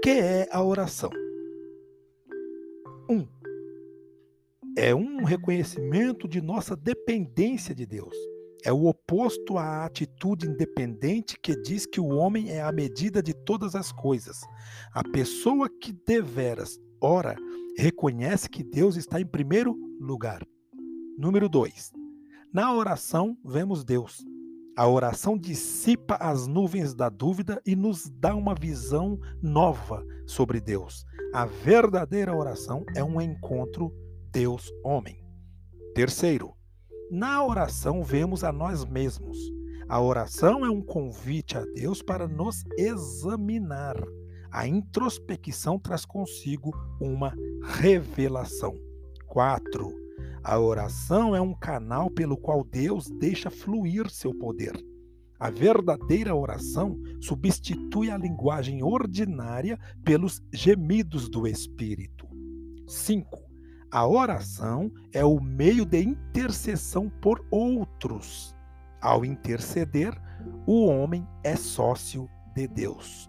que é a oração? 1. É um reconhecimento de nossa dependência de Deus. É o oposto à atitude independente que diz que o homem é a medida de todas as coisas. A pessoa que deveras ora reconhece que Deus está em primeiro lugar. Número 2. Na oração vemos Deus. A oração dissipa as nuvens da dúvida e nos dá uma visão nova sobre Deus. A verdadeira oração é um encontro Deus-homem. Terceiro, na oração vemos a nós mesmos. A oração é um convite a Deus para nos examinar. A introspecção traz consigo uma revelação. 4. A oração é um canal pelo qual Deus deixa fluir seu poder. A verdadeira oração substitui a linguagem ordinária pelos gemidos do Espírito. 5. A oração é o meio de intercessão por outros. Ao interceder, o homem é sócio de Deus.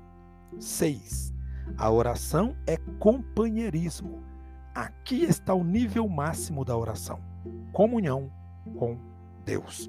6. A oração é companheirismo. Aqui está o nível máximo da oração: comunhão com Deus.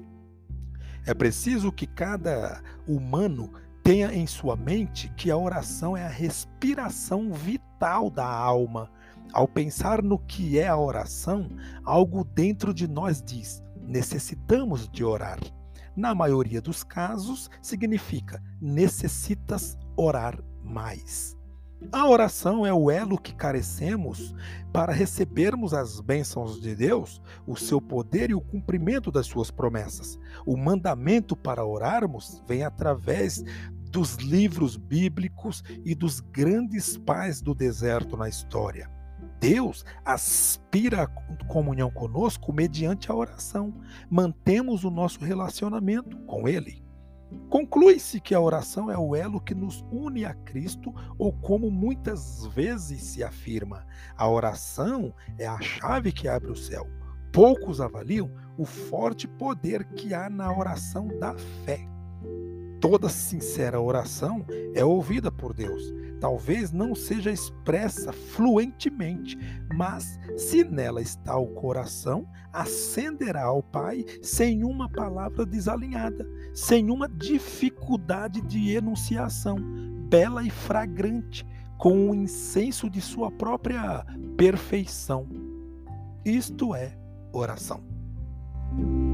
É preciso que cada humano tenha em sua mente que a oração é a respiração vital da alma. Ao pensar no que é a oração, algo dentro de nós diz: necessitamos de orar. Na maioria dos casos, significa: necessitas orar mais. A oração é o elo que carecemos para recebermos as bênçãos de Deus, o seu poder e o cumprimento das suas promessas. O mandamento para orarmos vem através dos livros bíblicos e dos grandes pais do deserto na história. Deus aspira a comunhão conosco mediante a oração. Mantemos o nosso relacionamento com Ele. Conclui-se que a oração é o elo que nos une a Cristo, ou como muitas vezes se afirma, a oração é a chave que abre o céu. Poucos avaliam o forte poder que há na oração da fé. Toda sincera oração é ouvida por Deus. Talvez não seja expressa fluentemente, mas se nela está o coração, ascenderá ao Pai sem uma palavra desalinhada, sem uma dificuldade de enunciação, bela e fragrante, com o incenso de sua própria perfeição. Isto é oração.